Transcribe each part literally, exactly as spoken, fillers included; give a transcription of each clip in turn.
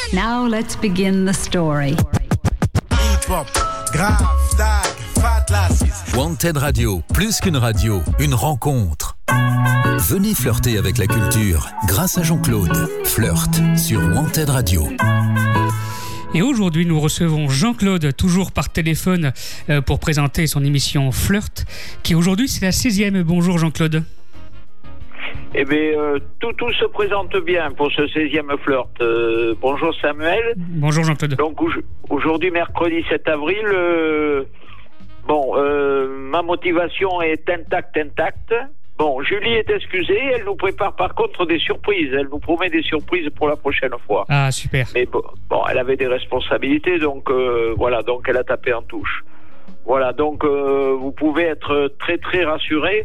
Now let's begin the story. Hip-hop, grave, tag, fat lasses. Wanted Radio, plus qu'une radio, une rencontre. Venez flirter avec la culture grâce à Jean-Claude. Flirt sur Wanted Radio. Et aujourd'hui, nous recevons Jean-Claude, toujours par téléphone, euh, pour présenter son émission Flirt, qui aujourd'hui, c'est la seizième. Bonjour Jean-Claude. Eh bien, euh, tout, tout se présente bien pour ce seizième Flirt. Euh, bonjour Samuel. Bonjour Jean-Claude. Donc aujourd'hui, mercredi sept avril, euh, bon, euh, ma motivation est intacte, intacte. Bon, Julie est excusée, elle nous prépare par contre des surprises. Elle nous promet des surprises pour la prochaine fois. Ah, super. Mais bon, bon elle avait des responsabilités, donc euh, voilà, donc elle a tapé en touche. Voilà, donc euh, vous pouvez être très très rassurés.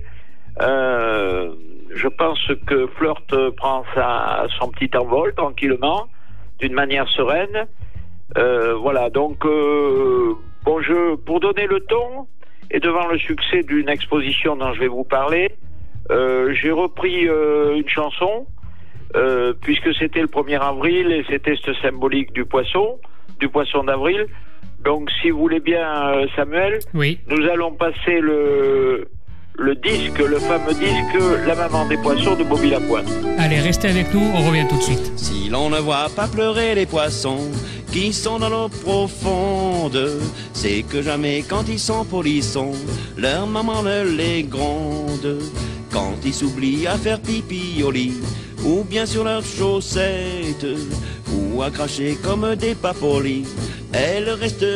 Euh, je pense que Flirt prend sa, son petit envol tranquillement, d'une manière sereine. Euh, voilà, donc euh, bon, je, pour donner le ton et devant le succès d'une exposition dont je vais vous parler, euh, j'ai repris euh, une chanson euh, puisque c'était le premier avril et c'était ce symbolique du poisson, du poisson d'avril. Donc, si vous voulez bien, euh, Samuel, oui. Nous allons passer le le disque, le fameux disque La Maman des Poissons de Bobby Lapointe. Allez, restez avec nous, on revient tout de suite. Si l'on ne voit pas pleurer les poissons qui sont dans l'eau profonde, c'est que jamais quand ils sont polissons, leur maman ne les gronde. Quand ils s'oublient à faire pipi au lit, ou bien sur leurs chaussettes, ou à cracher comme des papolis, elle reste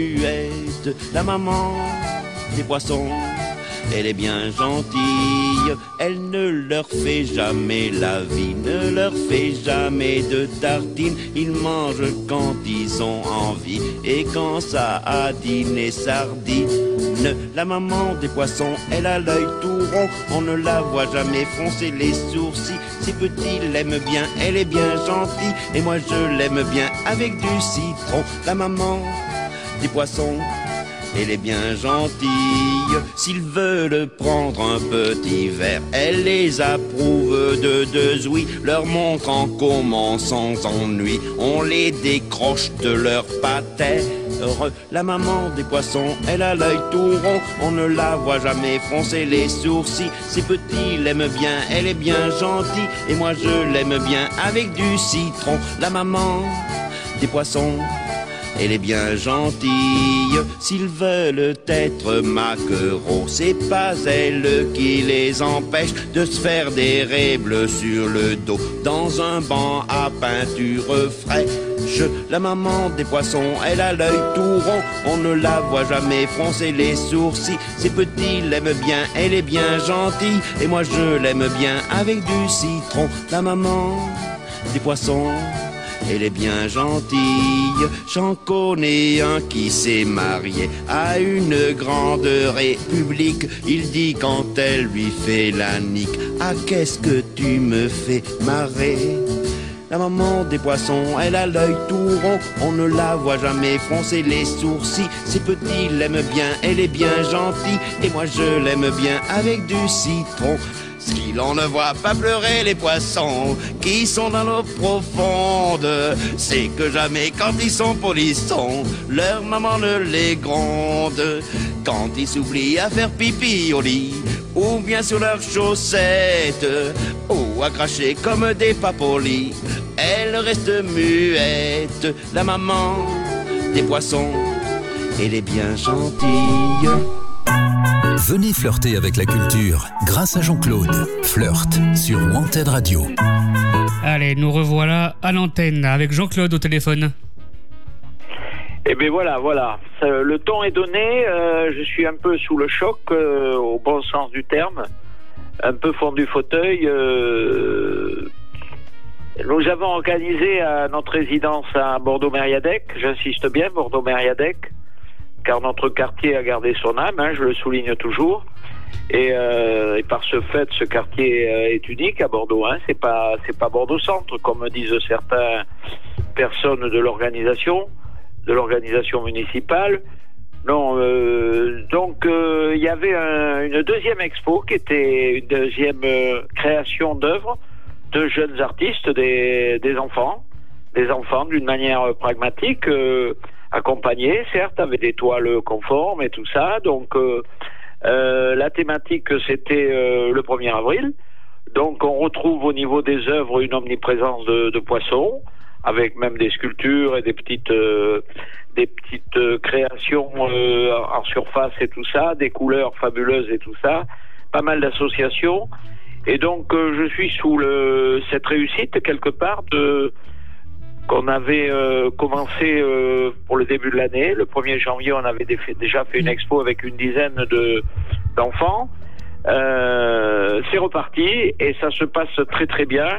muette, la maman des poissons. Elle est bien gentille, elle ne leur fait jamais la vie, ne leur fait jamais de tartines. Ils mangent quand ils ont envie et quand ça a dîné sardines. La maman des poissons, elle a l'œil tout rond, on ne la voit jamais froncer les sourcils. Ses petits l'aiment bien, elle est bien gentille et moi je l'aime bien avec du citron. La maman des poissons, elle est bien gentille. S'ils veulent prendre un petit verre, elle les approuve de deux ouïes, leur montrant comment sans ennui on les décroche de leur patère. La maman des poissons, elle a l'œil tout rond, on ne la voit jamais froncer les sourcils. Ses petits l'aiment bien, elle est bien gentille et moi je l'aime bien avec du citron. La maman des poissons, elle est bien gentille. S'ils veulent être maquereaux, c'est pas elle qui les empêche de se faire des raies bleues sur le dos dans un banc à peinture fraîche. La maman des poissons, elle a l'œil tout rond, on ne la voit jamais froncer les sourcils. Ses petits l'aiment bien, elle est bien gentille et moi je l'aime bien avec du citron. La maman des poissons, elle est bien gentille. J'en connais un qui s'est marié à une grande république. Il dit quand elle lui fait la nique: ah, qu'est-ce que tu me fais marrer. La maman des poissons, elle a l'œil tout rond, on ne la voit jamais froncer les sourcils. Ses petits l'aiment bien, elle est bien gentille et moi je l'aime bien avec du citron. Si l'on ne voit pas pleurer les poissons qui sont dans l'eau profonde, c'est que jamais quand ils sont polissons, leur maman ne les gronde. Quand ils s'oublient à faire pipi au lit, ou bien sur leurs chaussettes, ou à cracher comme des papolis, elle reste muette, la maman des poissons, elle est bien gentille. Venez flirter avec la culture grâce à Jean-Claude. Flirt sur Wanted Radio. Allez, nous revoilà à l'antenne avec Jean-Claude au téléphone. Eh bien voilà, voilà. Le ton est donné. Euh, je suis un peu sous le choc, euh, au bon sens du terme. Un peu fondu fauteuil. Euh... Nous avons organisé à notre résidence à Bordeaux-Mériadec, j'insiste bien, Bordeaux-Mériadec, car notre quartier a gardé son âme, hein, je le souligne toujours. Et, euh, et par ce fait, ce quartier euh, est unique à Bordeaux. Hein. C'est pas, c'est pas Bordeaux-Centre, comme disent certaines personnes de l'organisation, de l'organisation municipale. Non, euh, donc euh, il y avait un, une deuxième expo qui était une deuxième euh, création d'œuvres de jeunes artistes, des, des enfants, des enfants d'une manière pragmatique, euh, accompagnés, certes, avec des toiles conformes et tout ça. Donc, euh, euh, la thématique, c'était euh, le premier avril. Donc, on retrouve au niveau des œuvres une omniprésence de, de poissons, avec même des sculptures et des petites, euh, des petites euh, créations euh, en surface et tout ça, des couleurs fabuleuses et tout ça, pas mal d'associations. Et donc, euh, je suis sous le, cette réussite, quelque part, de, qu'on avait euh, commencé euh, pour le début de l'année. Le premier janvier, on avait des, déjà fait une expo avec une dizaine de, d'enfants. Euh, c'est reparti et ça se passe très très bien.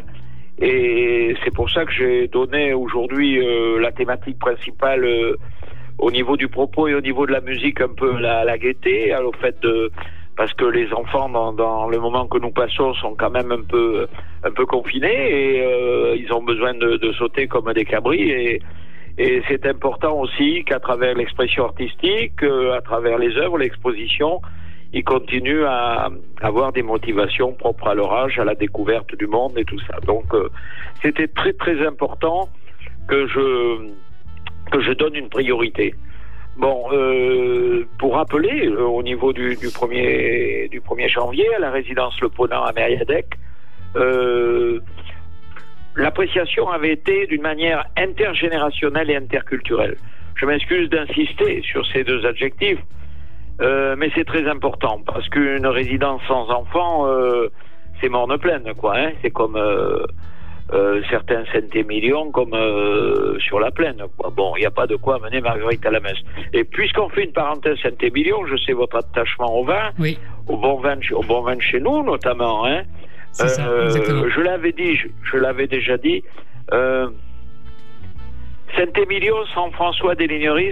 Et c'est pour ça que j'ai donné aujourd'hui euh, la thématique principale euh, au niveau du propos et au niveau de la musique, un peu la, la gaieté, au fait de... Parce que les enfants, dans, dans le moment que nous passons, sont quand même un peu, un peu confinés et euh, ils ont besoin de, de sauter comme des cabris. Et, et c'est important aussi qu'à travers l'expression artistique, euh, à travers les œuvres, l'exposition, ils continuent à avoir des motivations propres à leur âge, à la découverte du monde et tout ça. Donc, euh, c'était très très important que je que je donne une priorité. Bon, euh, pour rappeler, euh, au niveau du, du premier du premier janvier, à la résidence Le Ponant à Mériadec, euh, l'appréciation avait été d'une manière intergénérationnelle et interculturelle. Je m'excuse d'insister sur ces deux adjectifs, euh, mais c'est très important, parce qu'une résidence sans enfants, euh, c'est morne pleine, quoi. Hein, c'est comme... Euh, Euh, certains Saint-Émilion comme euh, sur la plaine, quoi. Bon, il n'y a pas de quoi amener Marguerite à la messe. Et puisqu'on fait une parenthèse Saint-Émilion, je sais votre attachement au vin, oui. au bon vin, au bon vin de chez nous notamment. Hein. C'est ça, euh, je l'avais dit, je, je l'avais déjà dit. Euh, Saint-Émilion sans François des Ligneris,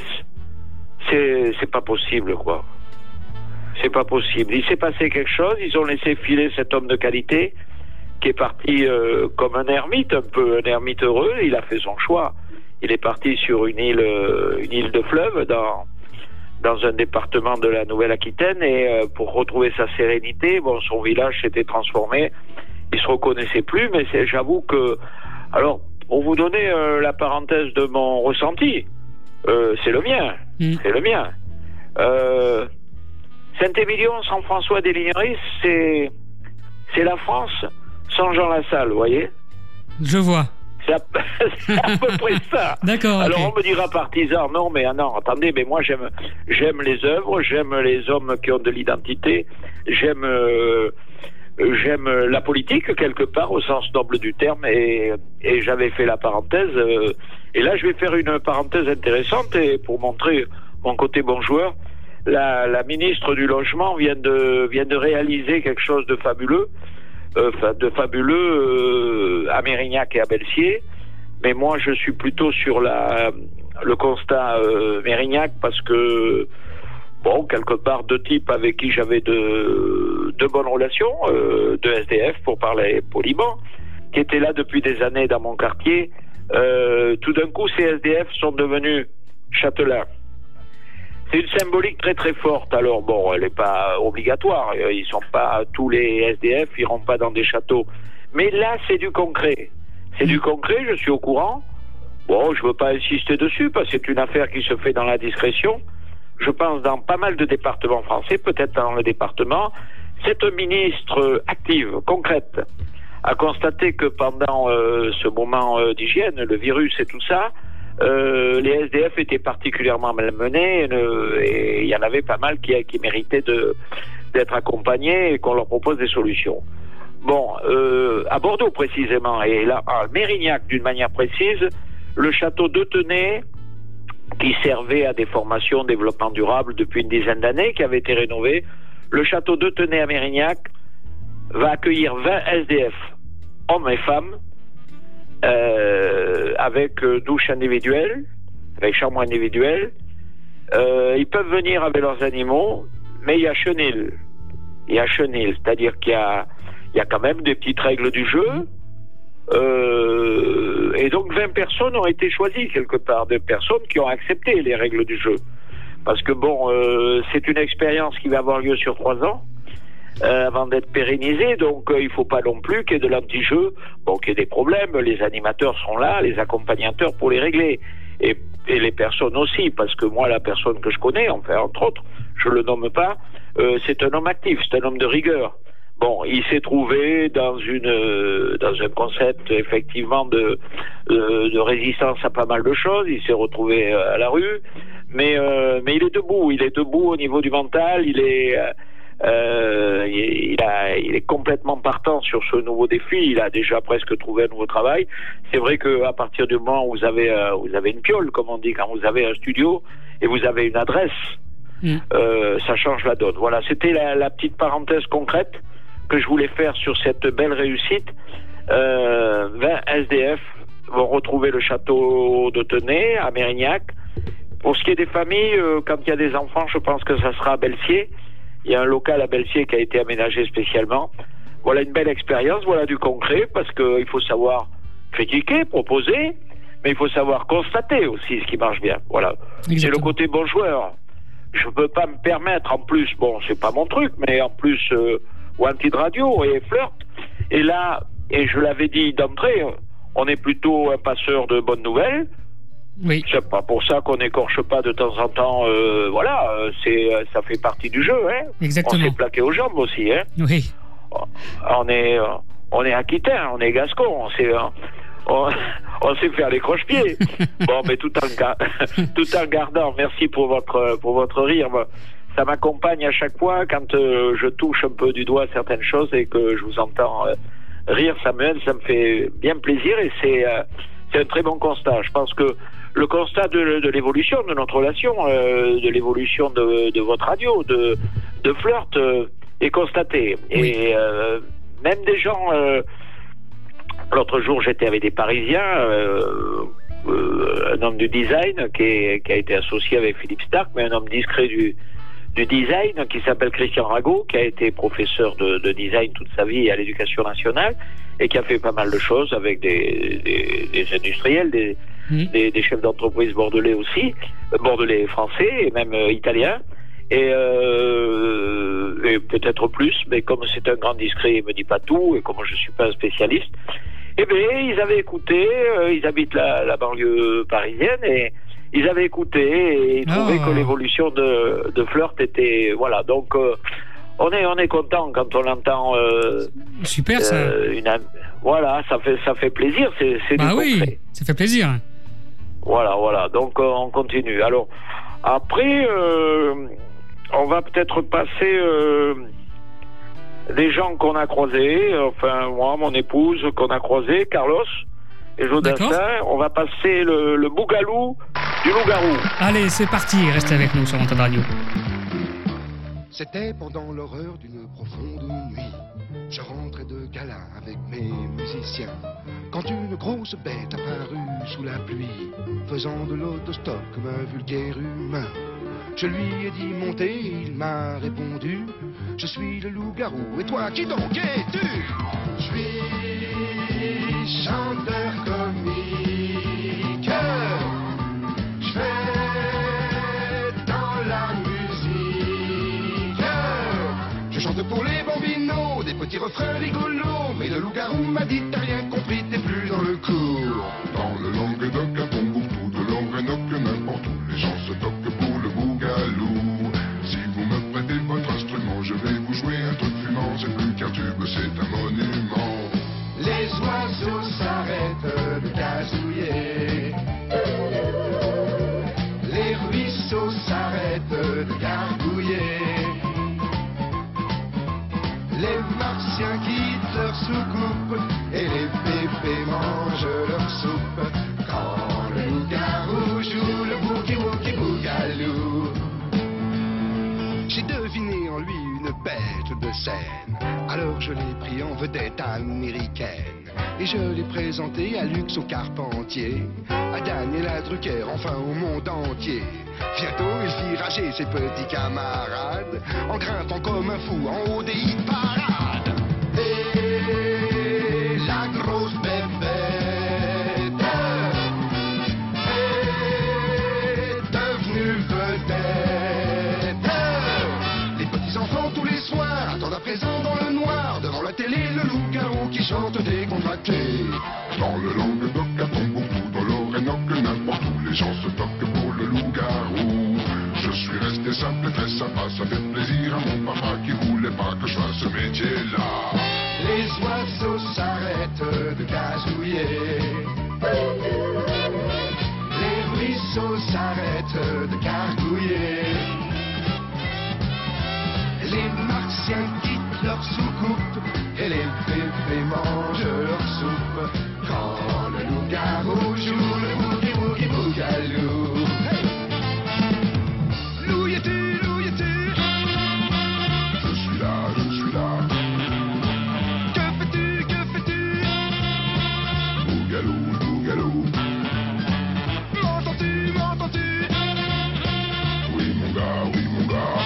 c'est c'est pas possible, quoi. C'est pas possible. Il s'est passé quelque chose. Ils ont laissé filer cet homme de qualité, qui est parti euh, comme un ermite, un peu un ermite heureux. Il a fait son choix. Il est parti sur une île, euh, une île de fleuve dans dans un département de la Nouvelle-Aquitaine et euh, pour retrouver sa sérénité, bon, son village s'était transformé. Il se reconnaissait plus, mais c'est, j'avoue que, alors, pour vous donner euh, la parenthèse de mon ressenti, euh, c'est le mien, mmh. c'est le mien. Euh, Saint-Émilion sans François des Ligneris, c'est c'est la France sans Jean Lassalle, vous voyez? Je vois. C'est à, c'est à peu près ça. D'accord. Alors okay. on me dira partisan, non, mais ah non, attendez, mais moi j'aime, j'aime les œuvres, j'aime les hommes qui ont de l'identité, j'aime, euh, j'aime la politique quelque part au sens noble du terme, et, et j'avais fait la parenthèse. Euh, et là, je vais faire une parenthèse intéressante et pour montrer mon côté bon joueur. La, la ministre du Logement vient de vient de réaliser quelque chose de fabuleux. Euh, de fabuleux euh, à Mérignac et à Belsier, mais moi je suis plutôt sur la le constat euh, Mérignac parce que bon, quelque part deux types avec qui j'avais de de bonnes relations, euh, de S D F pour parler poliment, qui étaient là depuis des années dans mon quartier. Euh, tout d'un coup, ces S D F sont devenus châtelains. C'est une symbolique très très forte. Alors bon, elle n'est pas obligatoire. Ils sont pas tous les S D F, ils iront pas dans des châteaux. Mais là, c'est du concret. C'est du concret. Je suis au courant. Bon, je veux pas insister dessus parce que c'est une affaire qui se fait dans la discrétion. Je pense dans pas mal de départements français, peut-être dans le département, cette ministre active, concrète, a constaté que pendant euh, ce moment euh, d'hygiène, le virus et tout ça. Euh, les S D F étaient particulièrement malmenés euh, et il y en avait pas mal qui, qui méritaient de, d'être accompagnés et qu'on leur propose des solutions. Bon, euh, à Bordeaux précisément, et là à Mérignac d'une manière précise, le château de Tenay, qui servait à des formations développement durable depuis une dizaine d'années, qui avait été rénové, le château de Tenay à Mérignac va accueillir vingt S D F, hommes et femmes, Euh, avec euh, douche individuelle, avec chambre individuelle. Euh, ils peuvent venir avec leurs animaux, mais il y a chenil. Il y a chenil, c'est-à-dire qu'il y a, il y a quand même des petites règles du jeu. Euh, et donc vingt personnes ont été choisies quelque part, de personnes qui ont accepté les règles du jeu. Parce que bon, euh, c'est une expérience qui va avoir lieu sur trois ans. euh, avant d'être pérennisé. Donc euh, il ne faut pas non plus qu'il y ait de l'anti-jeu, bon, qu'il y ait des problèmes. Les animateurs seront là, les accompagnateurs pour les régler. Et, et les personnes aussi, parce que moi, la personne que je connais, enfin, entre autres, je le nomme pas, euh, c'est un homme actif, c'est un homme de rigueur. Bon, il s'est trouvé dans une euh, dans un concept effectivement de euh, de résistance à pas mal de choses. Il s'est retrouvé euh, à la rue, mais euh, mais il est debout. Il est debout au niveau du mental. Il est euh, il, il a il est complètement partant sur ce nouveau défi. Il a déjà presque trouvé un nouveau travail. C'est vrai que à partir du moment où vous avez euh, vous avez une piole, comme on dit, quand vous avez un studio et vous avez une adresse, mmh. euh, ça change la donne. Voilà, c'était la, la petite parenthèse concrète que je voulais faire sur cette belle réussite. Euh, vingt S D F vont retrouver le château de Tenay à Mérignac. Pour ce qui est des familles, euh, quand il y a des enfants, je pense que ça sera à Belsier. Il y a un local à Belsier qui a été aménagé spécialement. Voilà une belle expérience, voilà du concret, parce qu'il faut savoir critiquer, proposer, mais il faut savoir constater aussi ce qui marche bien. Voilà. Exactement. C'est le côté bon joueur. Je ne peux pas me permettre, en plus, bon, c'est pas mon truc, mais en plus... Euh, Wanted Radio et Flirt. Et là, et je l'avais dit d'entrée, on est plutôt un passeur de bonnes nouvelles. Oui. C'est pas pour ça qu'on n'écorche pas de temps en temps. Euh, voilà, c'est, ça fait partie du jeu. Hein. Exactement. On s'est plaqué aux jambes aussi. Hein. Oui. On est, on est aquitains, on est gascons, on sait, on, on sait faire les croche-pieds. Bon, mais tout en, tout en gardant. Merci pour votre, pour votre rire. Ça m'accompagne à chaque fois quand euh, je touche un peu du doigt certaines choses et que je vous entends euh, rire, ça me, ça me fait bien plaisir et c'est, euh, c'est un très bon constat. Je pense que le constat de, de l'évolution de notre relation, euh, de l'évolution de, de votre radio, de, de Flirt, euh, est constaté. Oui. Et euh, même des gens... Euh, l'autre jour, j'étais avec des Parisiens, euh, euh, un homme du design qui, est, qui a été associé avec Philippe Stark, mais un homme discret du... du design, qui s'appelle Christian Rago, qui a été professeur de, de design toute sa vie à l'Éducation nationale et qui a fait pas mal de choses avec des, des, des industriels, des, mmh. des, des chefs d'entreprise bordelais aussi, bordelais français et même euh, italiens, et, euh, et peut-être plus, mais comme c'est un grand discret, il me dit pas tout, et comme je suis pas un spécialiste, eh bien, ils avaient écouté, euh, ils habitent la, la banlieue parisienne, et ils avaient écouté et ils trouvaient oh. que l'évolution de, de Flirt était... Voilà, donc euh, on est, on est content quand on entend... Euh, Super, ça. Euh, une, voilà, ça fait, ça fait plaisir, c'est, c'est bah du oui, concret. Ça fait plaisir. Voilà, voilà, donc euh, on continue. Alors, après, euh, on va peut-être passer euh, des gens qu'on a croisés, enfin, moi, mon épouse qu'on a croisé, Carlos... et Jodassin, on va passer le, le bougalou du loup-garou. Allez, c'est parti, restez avec nous sur Wanted Radio. C'était pendant l'horreur d'une profonde nuit. Je rentrais de gala avec mes musiciens, quand une grosse bête apparut sous la pluie, faisant de l'autostop comme un vulgaire humain. Je lui ai dit monter, il m'a répondu, je suis le loup-garou, et toi qui donc es-tu? Je suis chanteur comique, je fais dans la musique, je chante pour les bambinos, des petits refrains rigolos, mais le loup-garou m'a dit t'as rien compris, t'es plus dans le cours. Dans le Languedoc, à Tombouctou, de Languedoc, n'importe où, les gens se toquent pour le bougalou. Si vous me prêtez votre instrument, je vais vous jouer un truc fumant, c'est plus qu'un tube, c'est un monument. Les oiseaux s'arrêtent de gazouiller, les ruisseaux s'arrêtent de gargouiller, les martiens quittent leur soucoupe et les pépés mangent leur soupe. Quand le loup-garou joue le bouki-wouki-bougalou, j'ai deviné en lui une bête de scène. Alors je l'ai pris en vedette américaine et je l'ai présenté à Lux au Carpentier, à Daniela Drucker, enfin au monde entier. Bientôt il fit rager ses petits camarades en grimpant comme un fou en haut des hit parades. Et la grosse bébête est devenue vedette. Les petits enfants tous les soirs attendent à présent porte décontractée. Dans le Languedoc, à Tombouctou, dans l'Orénoque, n'importe où les gens se toquent pour le loup-garou. Je suis resté simple et très sympa, ça fait plaisir à mon papa qui voulait pas que je fasse ce métier-là. Les oiseaux s'arrêtent de gazouiller. Les ruisseaux s'arrêtent de gargouiller. Les martiens quittent leur soucoupe et les bébés mangent leur soupe. Quand le loup-garou joue le boogie-woogie-boogaloo. Hey! Louis-tu, louis-tu? Je suis là, je suis là. Que fais-tu, que fais-tu? Boogaloo, boogaloo. M'entends-tu, m'entends-tu? Oui mon gars, oui mon gars.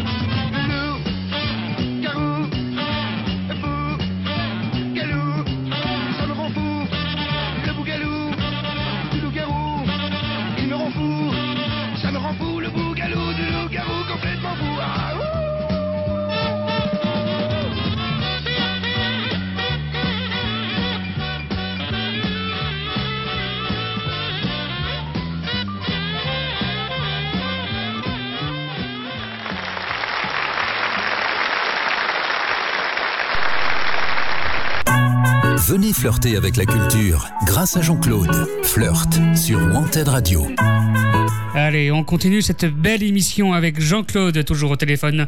Venez flirter avec la culture grâce à Jean-Claude. Flirt sur Wanted Radio. Allez, on continue cette belle émission avec Jean-Claude, toujours au téléphone.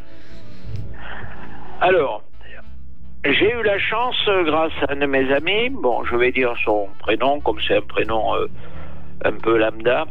Alors, j'ai eu la chance, grâce à un de mes amis, bon, je vais dire son prénom, comme c'est un prénom euh, un peu lambda.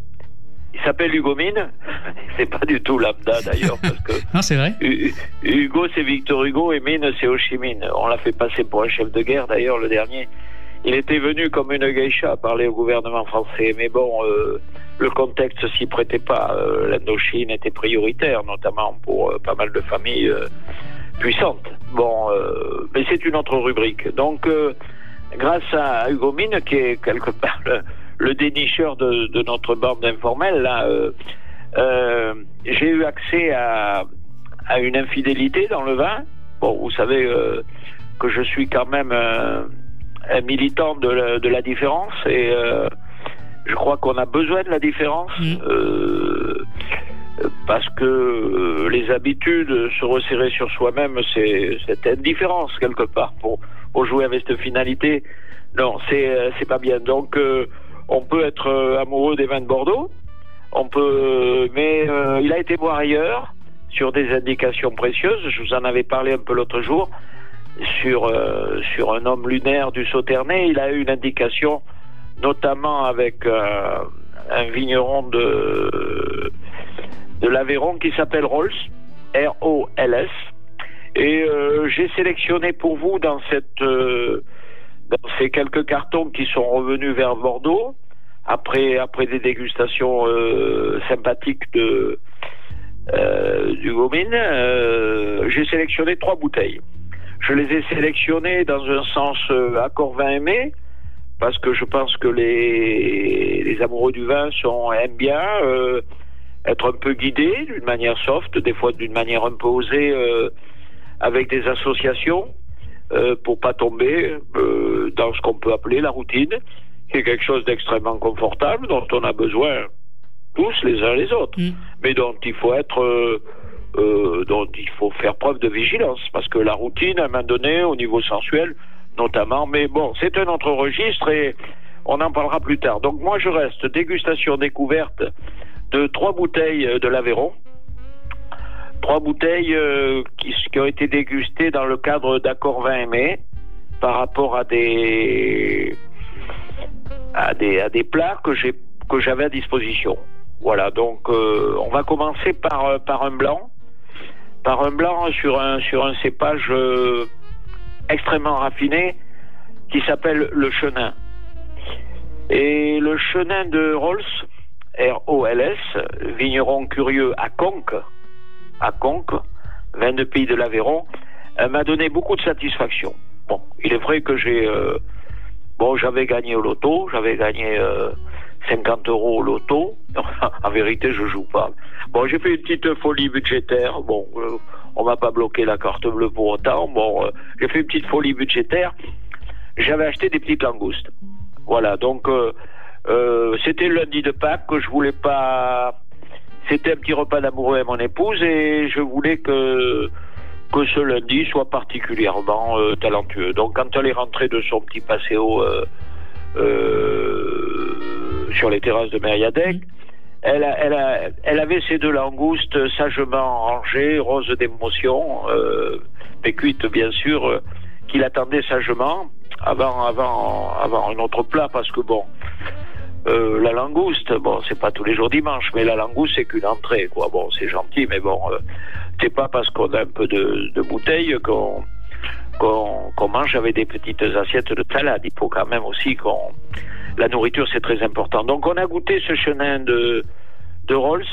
Il s'appelle Hugo Mine. C'est pas du tout lambda d'ailleurs, parce que. Non, c'est vrai. U- Hugo, c'est Victor Hugo et Mine, c'est Ho Chi Minh. On l'a fait passer pour un chef de guerre d'ailleurs, le dernier. Il était venu comme une geisha parler au gouvernement français, mais bon, euh, le contexte s'y prêtait pas. Euh, L'Indochine était prioritaire, notamment pour euh, pas mal de familles euh, puissantes. Bon, euh, mais c'est une autre rubrique. Donc, euh, grâce à Hugo Mine, qui est quelque part le, le dénicheur de, de notre bande informelle, là, euh, euh, j'ai eu accès à, à une infidélité dans le vin. Bon, vous savez euh, que je suis quand même euh, un militant de la, de la différence et euh, je crois qu'on a besoin de la différence mmh. euh, parce que euh, les habitudes, se resserrer sur soi-même, c'est cette indifférence quelque part pour, pour jouer avec cette finalité. Non, c'est, c'est pas bien. Donc euh, on peut être euh, amoureux des vins de Bordeaux, on peut, mais euh, il a été voir ailleurs sur des indications précieuses. Je vous en avais parlé un peu l'autre jour sur euh, sur un homme lunaire du Sauternay. Il a eu une indication, notamment avec euh, un vigneron de de l'Aveyron qui s'appelle Rolls, R O L S. Et euh, j'ai sélectionné pour vous dans cette euh, dans ces quelques cartons qui sont revenus vers Bordeaux après après des dégustations euh, sympathiques de euh, du Gomine, euh, j'ai sélectionné trois bouteilles. Je les ai sélectionnées dans un sens euh, accord vin aimé, parce que je pense que les les amoureux du vin sont aiment bien euh, être un peu guidés d'une manière soft, des fois d'une manière un peu osée, euh, avec des associations, euh, pour pas tomber euh, dans ce qu'on peut appeler la routine, qui est quelque chose d'extrêmement confortable, dont on a besoin tous les uns les autres, mmh. mais dont il faut être, euh, euh, dont il faut faire preuve de vigilance, parce que la routine, à un moment donné, au niveau sensuel, notamment, mais bon, c'est un autre registre et on en parlera plus tard. Donc moi, je reste dégustation découverte de trois bouteilles de l'Aveyron, trois bouteilles euh, qui, qui ont été dégustées dans le cadre d'accords vin aimé par rapport à des à des à des plats que j'ai que j'avais à disposition. Voilà, donc euh, on va commencer par par un blanc, par un blanc sur un sur un cépage euh, extrêmement raffiné qui s'appelle le Chenin. Et le Chenin de Rolls, R O L S, vigneron curieux à Conques, à Conques, vin de pays de l'Aveyron, euh, m'a donné beaucoup de satisfaction. Bon, il est vrai que j'ai euh, bon, j'avais gagné au loto, j'avais gagné euh, cinquante euros au loto. En vérité, je joue pas. Bon, j'ai fait une petite folie budgétaire. Bon, euh, on m'a pas bloqué la carte bleue pour autant. Bon, euh, j'ai fait une petite folie budgétaire. j'avais acheté des petites langoustes. Voilà, donc euh, euh, c'était le lundi de Pâques que je voulais pas... C'était un petit repas d'amoureux avec mon épouse et je voulais que, que ce lundi soit particulièrement euh, talentueux. Donc quand elle est rentrée de son petit passéo euh, euh, sur les terrasses de Mériadec, elle, a, elle, a, elle avait ses deux langoustes sagement rangées, roses d'émotion, euh, mais cuites bien sûr, euh, qui l'attendaient sagement avant, avant, avant un autre plat parce que bon... Euh, la langouste, bon, c'est pas tous les jours dimanche, mais la langouste, c'est qu'une entrée, quoi. Bon, c'est gentil, mais bon, euh, c'est pas parce qu'on a un peu de, de bouteille qu'on, qu'on, qu'on mange avec des petites assiettes de salade. Il faut quand même aussi qu'on... La nourriture, c'est très important. Donc, on a goûté ce chenin de, de Rolls,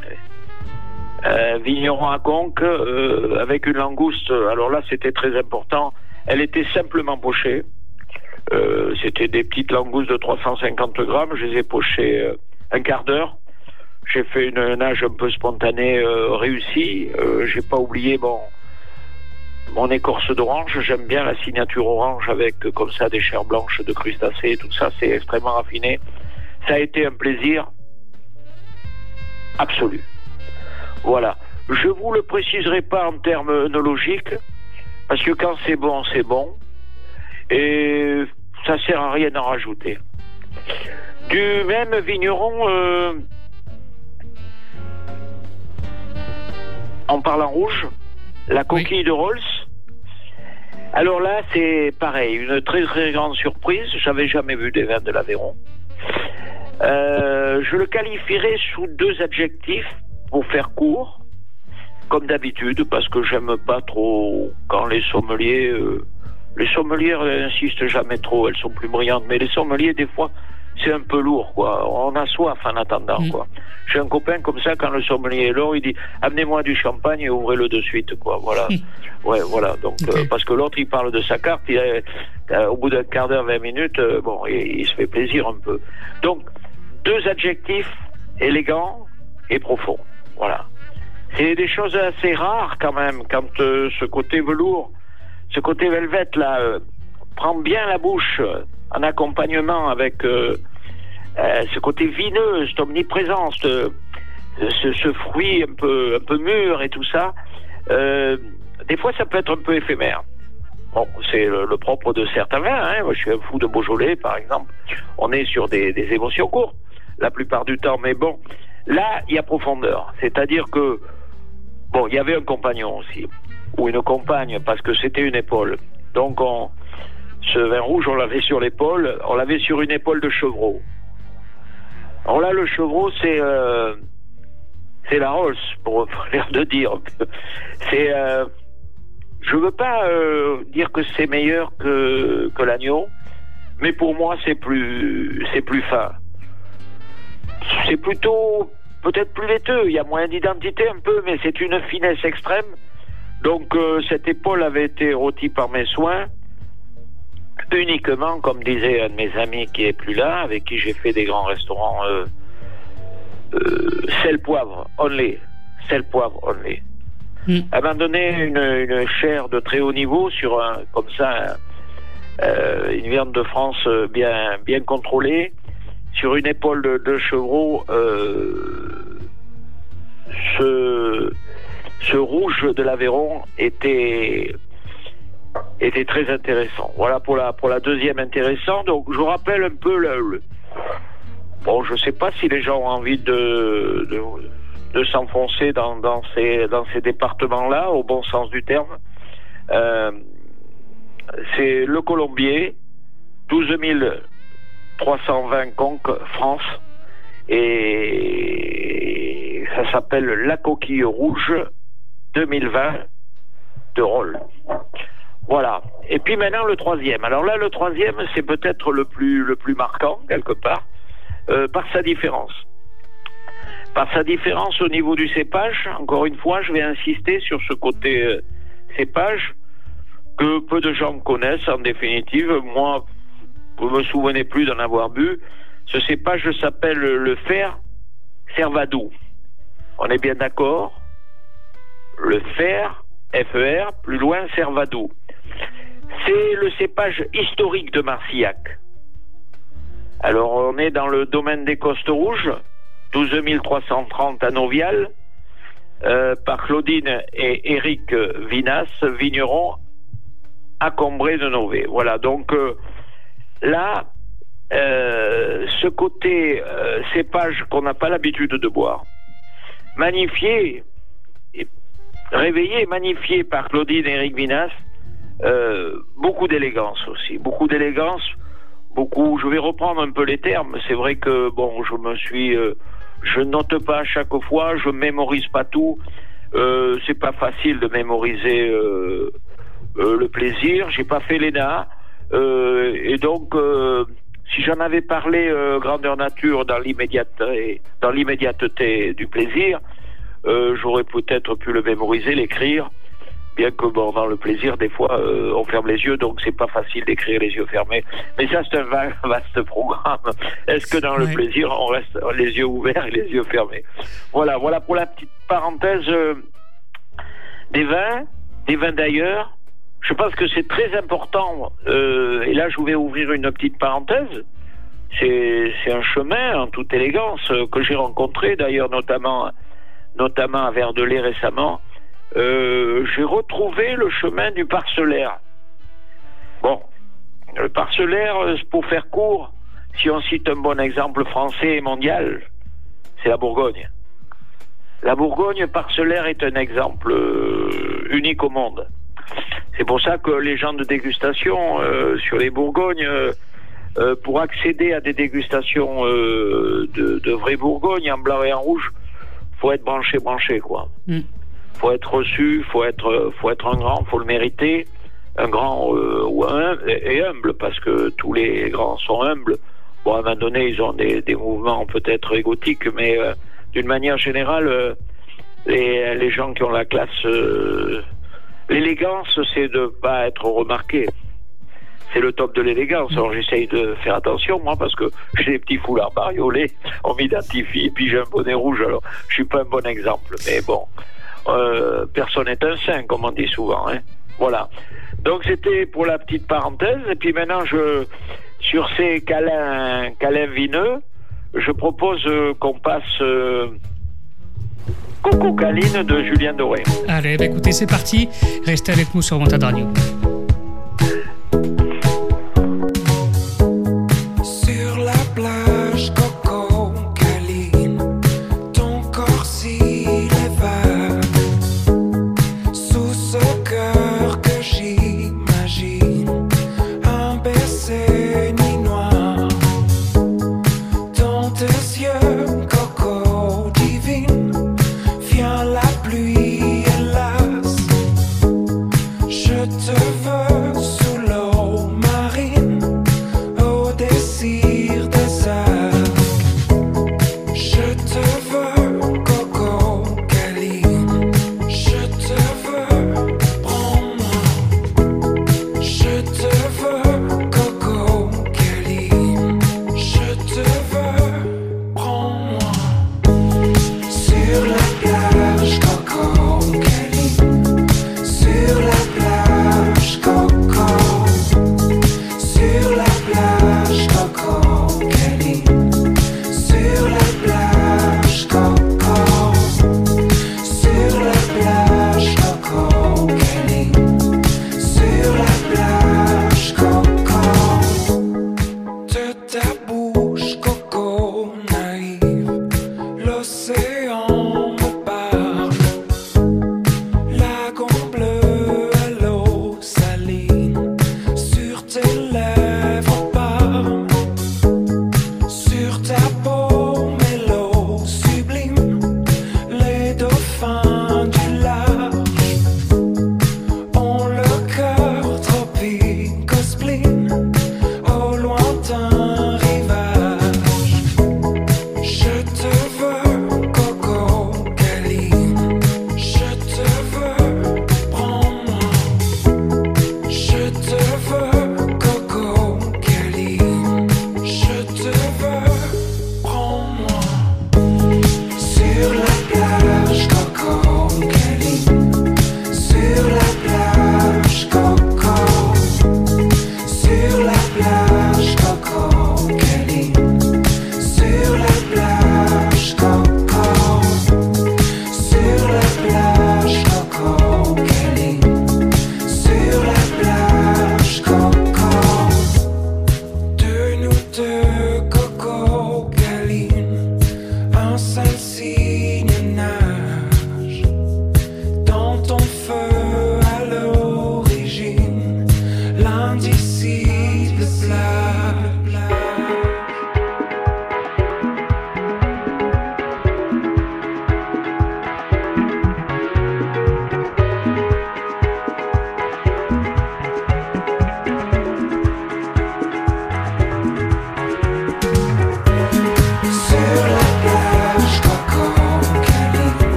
euh, vigneron à Conques, euh, avec une langouste. Alors là, c'était très important. Elle était simplement pochée. Euh, c'était des petites langoustes de trois cent cinquante grammes, je les ai pochées euh, un quart d'heure. J'ai fait une nage un peu spontanée euh, réussie. Euh, j'ai pas oublié mon, mon écorce d'orange. J'aime bien la signature orange avec euh, comme ça des chairs blanches de crustacés, tout ça, c'est extrêmement raffiné. Ça a été un plaisir absolu. Voilà. Je vous le préciserai pas en termes œnologiques, parce que quand c'est bon, c'est bon. Et ça sert à rien d'en rajouter. Du même vigneron, euh, en parlant rouge, la coquille oui. de Rolls. Alors là, c'est pareil, une très très grande surprise. J'avais jamais vu des vins de l'Aveyron. Euh, je le qualifierais sous deux adjectifs pour faire court, comme d'habitude, parce que j'aime pas trop quand les sommeliers... Euh, Les sommelières n'insistent jamais trop, elles sont plus brillantes, mais les sommeliers, des fois, c'est un peu lourd, quoi. On a soif en attendant, mmh. quoi. J'ai un copain comme ça, quand le sommelier est lourd, il dit « Amenez-moi du champagne et ouvrez-le de suite », quoi. Voilà. Mmh. Ouais, voilà. Donc, okay. euh, parce que l'autre, il parle de sa carte, il, euh, au bout d'un quart d'heure, vingt minutes, euh, bon, il, il se fait plaisir un peu. Donc, deux adjectifs, élégants et profonds. Voilà. C'est des choses assez rares, quand même, quand euh, ce côté velours, ce côté velvet là euh, prend bien la bouche euh, en accompagnement avec euh, euh, ce côté vineux, cette omniprésence, ce, ce, ce fruit un peu, un peu mûr et tout ça. Euh, des fois, ça peut être un peu éphémère. Bon, c'est le, le propre de certains vins. Hein. Moi, je suis un fou de Beaujolais, par exemple. On est sur des, des émotions courtes la plupart du temps, mais bon, là, il y a profondeur. C'est-à-dire que bon, il y avait un compagnon aussi. Ou une compagne, parce que c'était une épaule. Donc, on, ce vin rouge, on l'avait sur l'épaule, on l'avait sur une épaule de chevreau. Alors là, le chevreau, c'est euh, c'est la Rolls, pour l'air de dire. C'est, euh, je veux pas euh, dire que c'est meilleur que, que l'agneau, mais pour moi, c'est plus, c'est plus fin. C'est plutôt, peut-être plus laiteux, il y a moins d'identité un peu, mais c'est une finesse extrême. Donc euh, cette épaule avait été rôtie par mes soins uniquement, comme disait un de mes amis qui est plus là, avec qui j'ai fait des grands restaurants, euh, euh, sel poivre only, sel poivre only. Mm. Elle m'a donné une, une chair de très haut niveau sur un comme ça, un, euh, une viande de France bien bien contrôlée sur une épaule de, de chevreau. Euh, ce Ce rouge de l'Aveyron était était très intéressant. Voilà pour la pour la deuxième intéressant. Donc je vous rappelle un peu le, le bon, je sais pas si les gens ont envie de de, de s'enfoncer dans dans ces dans ces départements-là au bon sens du terme. Euh, c'est le Colombier, douze mille trois cent vingt Conques, France, et ça s'appelle La Coquille Rouge deux mille vingt de Rolls. Voilà. Et puis maintenant le troisième. Alors là, le troisième, c'est peut-être le plus le plus marquant quelque part euh, par sa différence. Par sa différence au niveau du cépage. Encore une fois, je vais insister sur ce côté euh, cépage que peu de gens connaissent en définitive. Moi, vous me souvenez plus d'en avoir bu. Ce cépage s'appelle le fer Cervadou. On est bien d'accord? Le fer, F E R, plus loin, Cervadou. C'est le cépage historique de Marcillac. Alors, on est dans le domaine des Costes Rouges, douze mille trois cent trente à Novial, euh, par Claudine et Éric Vinas, vignerons à Combray de Nové. Voilà, donc euh, là, euh, ce côté euh, cépage qu'on n'a pas l'habitude de boire, magnifié, et réveillé, magnifié par Claudine et Éric Vinas, euh, beaucoup d'élégance aussi, beaucoup d'élégance, beaucoup, je vais reprendre un peu les termes, c'est vrai que, bon, je me suis... Euh, je note pas à chaque fois, je mémorise pas tout, euh, c'est pas facile de mémoriser euh, euh, le plaisir, j'ai pas fait l'E N A, euh, et donc euh, si j'en avais parlé euh, grandeur nature dans l'immédiateté, dans l'immédiateté du plaisir, euh, j'aurais peut-être pu le mémoriser, l'écrire, bien que bon, dans le plaisir, des fois, euh, on ferme les yeux, donc c'est pas facile d'écrire les yeux fermés. Mais ça, c'est un vaste programme. Est-ce que dans ouais. le plaisir, on reste les yeux ouverts et les yeux fermés? Voilà, voilà pour la petite parenthèse euh, des vins, des vins d'ailleurs. Je pense que c'est très important, euh, et là, je vais ouvrir une petite parenthèse. C'est, c'est un chemin, en toute élégance, euh, que j'ai rencontré, d'ailleurs, notamment, notamment à Verdelais récemment. Euh, j'ai retrouvé le chemin du parcellaire. Bon, le parcellaire, pour faire court, si on cite un bon exemple français et mondial, c'est la Bourgogne. La Bourgogne parcellaire est un exemple euh, unique au monde. C'est pour ça que les gens de dégustation euh, sur les Bourgognes, euh, euh, pour accéder à des dégustations euh, de, de vraie Bourgogne en blanc et en rouge, faut être branché, branché, quoi. Mm. Faut être reçu, faut être, faut être un grand, faut le mériter, un grand euh, ou un et humble, parce que tous les grands sont humbles. Bon, à un moment donné, ils ont des, des mouvements peut-être égotiques, mais euh, d'une manière générale, euh, les, les gens qui ont la classe, euh, l'élégance, c'est de pas être remarqué. C'est le top de l'élégance. Alors j'essaye de faire attention, moi, parce que j'ai des petits foulards bariolés, on m'identifie, et puis j'ai un bonnet rouge, alors je suis pas un bon exemple, mais bon. Euh, personne n'est un saint, comme on dit souvent, hein. Voilà. Donc c'était pour la petite parenthèse. Et puis maintenant, je, sur ces câlins, câlins vineux, je propose euh, qu'on passe euh, Coucou Caline de Julien Doré. Allez, bah écoutez, c'est parti. Restez avec nous sur Wanted Radio. Sur la plage, Coco Caline, ton corps s'il est vague. Sous ce cœur que j'imagine, un baiser nuit noire. Dans tes yeux, Coco divine, vient la pluie, hélas. Je te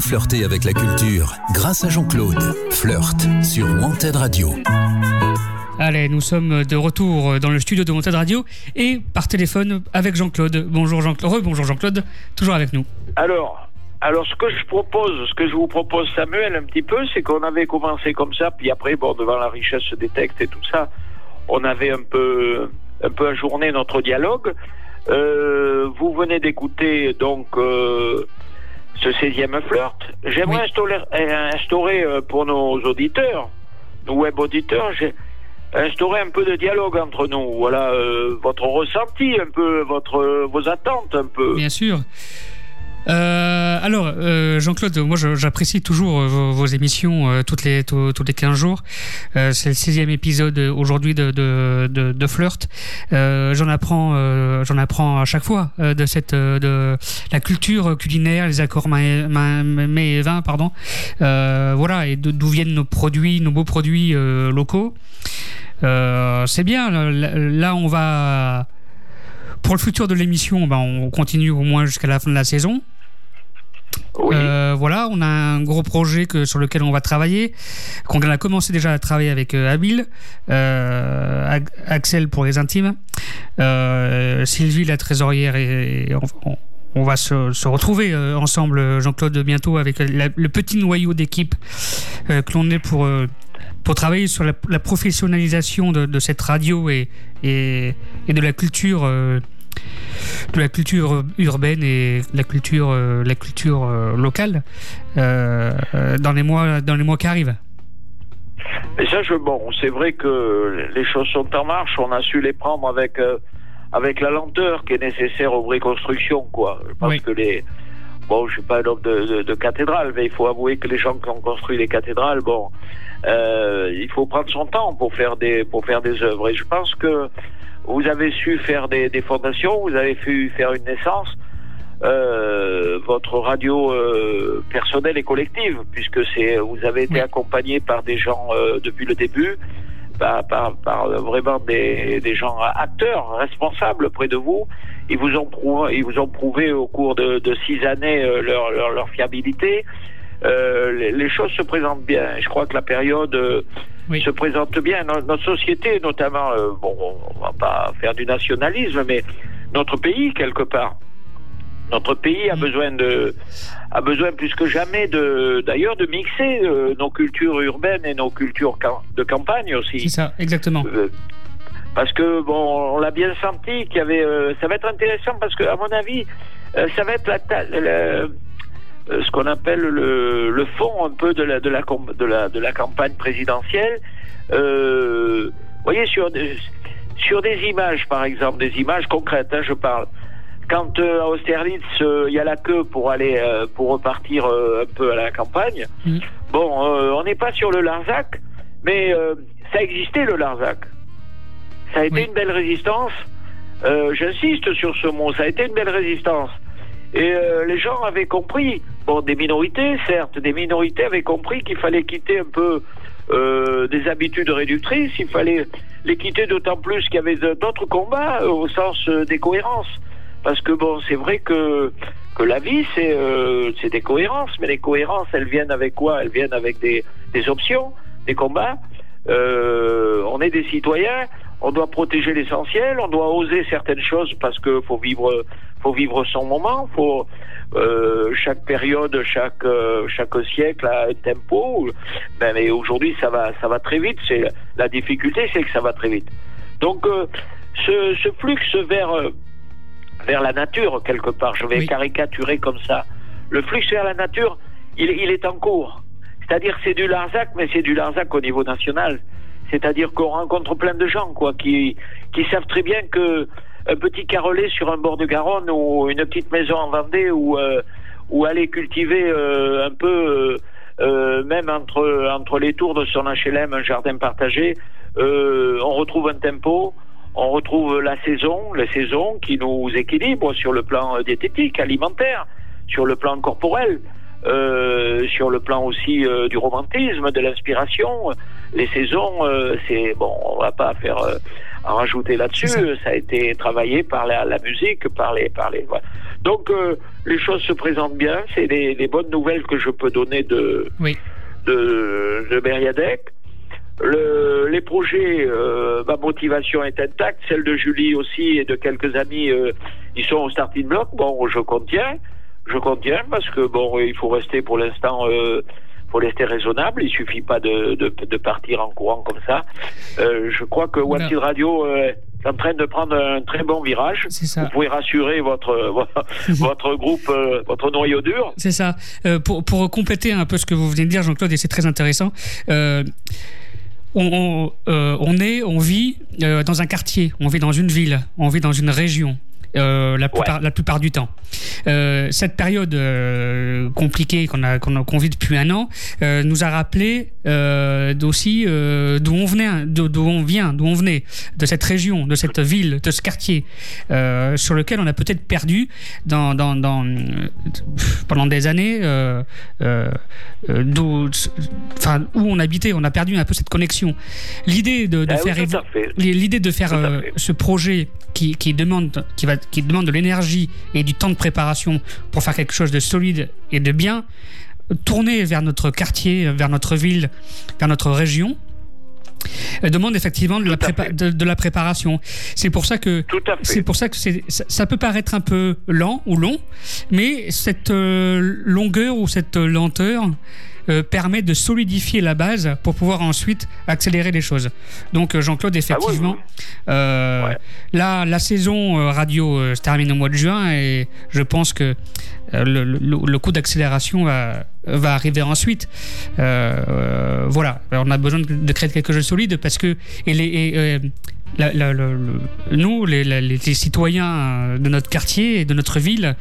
flirter avec la culture grâce à Jean-Claude. Flirt sur Wanted Radio. Allez, nous sommes de retour dans le studio de Wanted Radio et par téléphone avec Jean-Claude. Bonjour Jean-Claude, rebonjour Jean-Claude, toujours avec nous. Alors, alors ce que je propose, ce que je vous propose Samuel un petit peu, c'est qu'on avait commencé comme ça, puis après, bon, devant la richesse des textes et tout ça, on avait un peu, un peu ajourné notre dialogue. Euh, vous venez d'écouter donc euh, ce seizième flirt. J'aimerais oui. instaurer, instaurer pour nos auditeurs, nos web auditeurs, j'ai instaurer un peu de dialogue entre nous. Voilà, euh, votre ressenti, un peu, votre, vos attentes, un peu. Bien sûr. Euh, alors, euh, Jean-Claude, moi je, j'apprécie toujours vos, vos émissions euh, toutes les, tous, tous les quinze jours. Euh, c'est le sixième épisode aujourd'hui de, de, de, de Flirt. Euh, j'en apprends, euh, j'en apprends à chaque fois euh, de cette, euh, de la culture culinaire, les accords mets et vins, pardon. Euh, voilà, et d'où viennent nos produits, nos beaux produits euh, locaux. Euh, c'est bien. Là, là, on va. Pour le futur de l'émission, ben, on continue au moins jusqu'à la fin de la saison. Oui. Euh, voilà, on a un gros projet que, sur lequel on va travailler, qu'on a commencé déjà à travailler avec euh, Abil, euh, Axel pour les intimes, euh, Sylvie la trésorière et, et on, on va se, se retrouver euh, ensemble, Jean-Claude, bientôt avec la, le petit noyau d'équipe euh, que l'on est pour... Euh, pour travailler sur la, la professionnalisation de, de cette radio et, et, et de la culture euh, de la culture urbaine et la culture, euh, la culture euh, locale euh, dans les mois dans les mois qui arrivent. Mais ça, je, bon, c'est vrai que les choses sont en marche. On a su les prendre avec euh, avec la lenteur qui est nécessaire aux vraies constructions, quoi. Je pense oui. que les bon, je suis pas un homme de, de, de cathédrale, mais il faut avouer que les gens qui ont construit les cathédrales, bon. Euh, il faut prendre son temps pour faire des pour faire des œuvres, et je pense que vous avez su faire des, des fondations, vous avez su faire une naissance, euh, votre radio euh, personnelle et collective, puisque c'est vous avez été oui. accompagné par des gens euh, depuis le début, par, par, par vraiment des, des gens acteurs, responsables près de vous. Ils vous ont prouvé, ils vous ont prouvé au cours de, de six années euh, leur, leur leur fiabilité. Euh, les, les choses se présentent bien. Je crois que la période euh, oui. se présente bien. Notre, notre société, notamment, euh, bon, on va pas faire du nationalisme, mais notre pays, quelque part, notre pays a mmh. besoin de, a besoin plus que jamais de, d'ailleurs, de mixer euh, nos cultures urbaines et nos cultures cam- de campagne aussi. C'est ça, exactement. Euh, parce que bon, on l'a bien senti qu'il y avait. Euh, ça va être intéressant parce que, à mon avis, euh, ça va être la. Ta- la ce qu'on appelle le, le fond un peu de la, de la, de la, de la campagne présidentielle. Euh, vous voyez, sur, sur des images, par exemple, des images concrètes, hein, je parle. Quand euh, à Austerlitz, il euh, y a la queue pour aller, euh, pour repartir euh, un peu à la campagne, mmh. bon, euh, on n'est pas sur le Larzac, mais euh, ça existait, le Larzac. Ça a été oui. une belle résistance. Euh, j'insiste sur ce mot, ça a été une belle résistance. Et euh, les gens avaient compris, bon, des minorités, certes, des minorités avaient compris qu'il fallait quitter un peu euh, des habitudes réductrices, il fallait les quitter d'autant plus qu'il y avait d'autres combats euh, au sens euh, des cohérences. Parce que, bon, c'est vrai que, que la vie, c'est, euh, c'est des cohérences, mais les cohérences, elles viennent avec quoi ? Elles viennent avec des, des options, des combats. Euh, on est des citoyens, on doit protéger l'essentiel, on doit oser certaines choses parce que faut vivre, faut vivre son moment, faut euh, chaque période, chaque euh, chaque siècle a un tempo. Ben, mais aujourd'hui ça va, ça va très vite. C'est la difficulté, c'est que ça va très vite. Donc euh, ce, ce flux vers euh, vers la nature quelque part, je vais oui. caricaturer comme ça. Le flux vers la nature, il, il est en cours. C'est-à-dire c'est du Larzac, mais c'est du Larzac au niveau national. C'est-à-dire qu'on rencontre plein de gens, quoi, qui, qui savent très bien que un petit carrelet sur un bord de Garonne ou une petite maison en Vendée ou, euh, ou aller cultiver euh, un peu, euh, euh, même entre, entre les tours de son H L M, un jardin partagé, euh, on retrouve un tempo, on retrouve la saison, la saison qui nous équilibre sur le plan diététique, alimentaire, sur le plan corporel. Euh, sur le plan aussi euh, du romantisme, de l'inspiration, les saisons, euh, c'est bon, on va pas faire euh, en rajouter là-dessus. Ça. ça a été travaillé par la, la musique, par les, par les. Voilà. Donc euh, les choses se présentent bien, c'est les, les bonnes nouvelles que je peux donner de, oui. de, de Mériadec. Le, les projets, euh, ma motivation est intacte, celle de Julie aussi et de quelques amis, euh, ils sont au starting block. Bon, je contiens, je contiens parce que bon, il faut rester pour l'instant, euh, faut rester raisonnable. Il suffit pas de, de, de partir en courant comme ça. Euh, je crois que Wanted Radio euh, est en train de prendre un très bon virage. C'est ça. Vous pouvez rassurer votre votre, votre groupe, euh, votre noyau dur. C'est ça. Euh, pour pour compléter un peu ce que vous venez de dire, Jean-Claude, et c'est très intéressant. Euh, On, on, euh, on est, on vit euh, dans un quartier, on vit dans une ville, on vit dans une région. Euh, la, plupart, ouais. la plupart du temps. Euh, cette période euh, compliquée qu'on a, qu'on a qu'on vit depuis un an euh, nous a rappelé euh, aussi euh, d'où on venait, d'où, d'où on vient, d'où on venait, de cette région, de cette ville, de ce quartier euh, sur lequel on a peut-être perdu dans, dans, dans pendant des années, euh, euh, d'où, enfin où on habitait, on a perdu un peu cette connexion. L'idée de, de ah, faire, oui, l'idée de faire euh, ce projet qui, qui demande, qui va qui demande de l'énergie et du temps de préparation pour faire quelque chose de solide et de bien, tourner vers notre quartier, vers notre ville, vers notre région, demande effectivement de la, prépa- de, de la préparation. C'est pour ça que c'est pour ça que c'est, ça, ça peut paraître un peu lent ou long, mais cette euh, longueur ou cette lenteur Euh, permet de solidifier la base pour pouvoir ensuite accélérer les choses. Donc Jean-Claude, effectivement, ah oui, oui. Euh, ouais. là, la saison radio euh, se termine au mois de juin et je pense que euh, le, le, le coup d'accélération va, va arriver ensuite. Euh, euh, voilà, alors, on a besoin de, de créer quelque chose de solide parce que et les, et, euh, la, la, la, le, nous, les, la, les, les citoyens de notre quartier et de notre ville,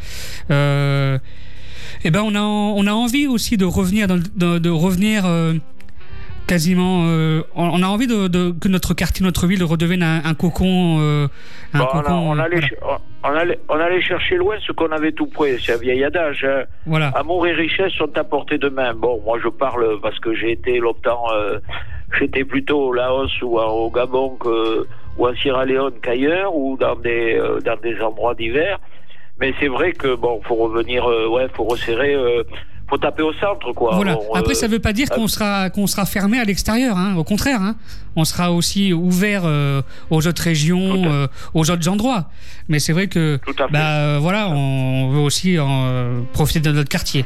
euh, eh ben on a on a envie aussi de revenir dans, de, de revenir euh, quasiment euh, on a envie de, de que notre quartier, notre ville redevienne un, un cocon euh, un bon, cocon on, a, on, allait, voilà. on, allait, on allait chercher loin ce qu'on avait tout près, c'est un vieil adage hein. Voilà. Amour et richesse sont à portée de main. Bon, moi je parle parce que j'ai été longtemps euh, j'étais plutôt au Laos ou au Gabon que, ou en Sierra Leone qu'ailleurs ou dans des euh, dans des endroits divers. Mais c'est vrai que bon, faut revenir, euh, ouais, faut resserrer, euh, faut taper au centre, quoi. Voilà. Bon, Après, euh, ça veut pas dire qu'on sera qu'on sera fermé à l'extérieur, hein. Au contraire, hein. On sera aussi ouvert euh, aux autres régions, euh, aux autres endroits. Mais c'est vrai que, bah, euh, voilà, on veut aussi en, euh, profiter de notre quartier.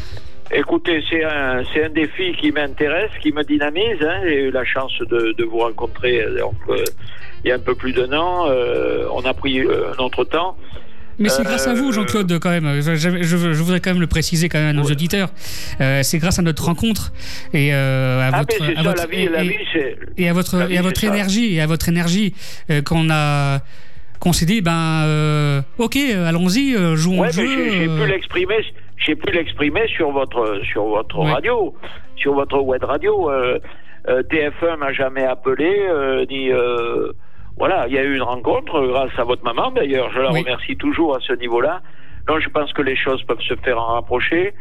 Écoutez, c'est un, c'est un défi qui m'intéresse, qui me dynamise. Hein. J'ai eu la chance de, de vous rencontrer donc, euh, il y a un peu plus d'un an. Euh, on a pris euh, notre temps. Mais c'est euh, grâce à vous, Jean-Claude, quand même. Je, je, je voudrais quand même le préciser quand même à nos ouais. auditeurs. Euh, c'est grâce à notre rencontre et euh, à ah votre, mais c'est à ça, votre la vie, et, la vie, c'est, et à votre vie, et à votre énergie ça. et à votre énergie euh, qu'on a qu'on s'est dit ben euh, ok, allons-y, euh, jouons ouais, le jeu. J'ai, j'ai pu l'exprimer, j'ai pu l'exprimer sur votre sur votre ouais. radio, sur votre web radio. Euh, euh, T F un m'a jamais appelé euh, ni. Euh, Voilà, il y a eu une rencontre grâce à votre maman d'ailleurs, je la oui. remercie toujours à ce niveau-là. Donc je pense que les choses peuvent se faire en rapprocher.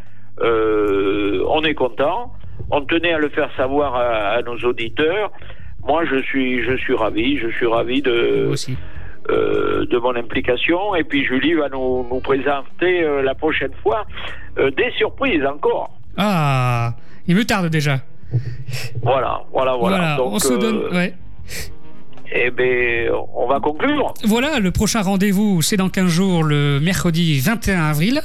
Euh, on est content. On tenait à le faire savoir à, à nos auditeurs. Moi, je suis, je suis ravi, je suis ravi de aussi. Euh, de mon implication. Et puis Julie va nous, nous présenter euh, la prochaine fois euh, des surprises encore. Ah, il me tarde déjà. Voilà, voilà, voilà. voilà Donc, on se donne. Euh, ouais. Eh bien, on va conclure. Voilà, le prochain rendez-vous, c'est dans quinze jours, le mercredi vingt et un avril.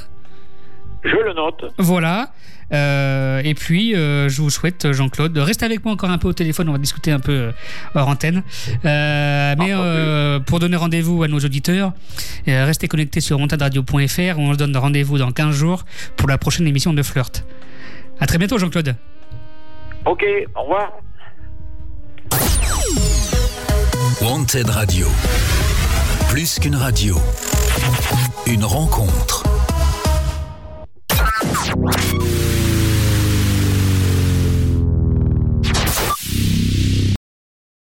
Je le note. Voilà. Euh, et puis, euh, je vous souhaite, Jean-Claude, de rester avec moi encore un peu au téléphone. On va discuter un peu hors antenne. Euh, mais euh, pour donner rendez-vous à nos auditeurs, euh, restez connectés sur wanted radio point f r. On se donne rendez-vous dans quinze jours pour la prochaine émission de Flirt. À très bientôt, Jean-Claude. Ok, au revoir. Wanted Radio. Plus qu'une radio, une rencontre.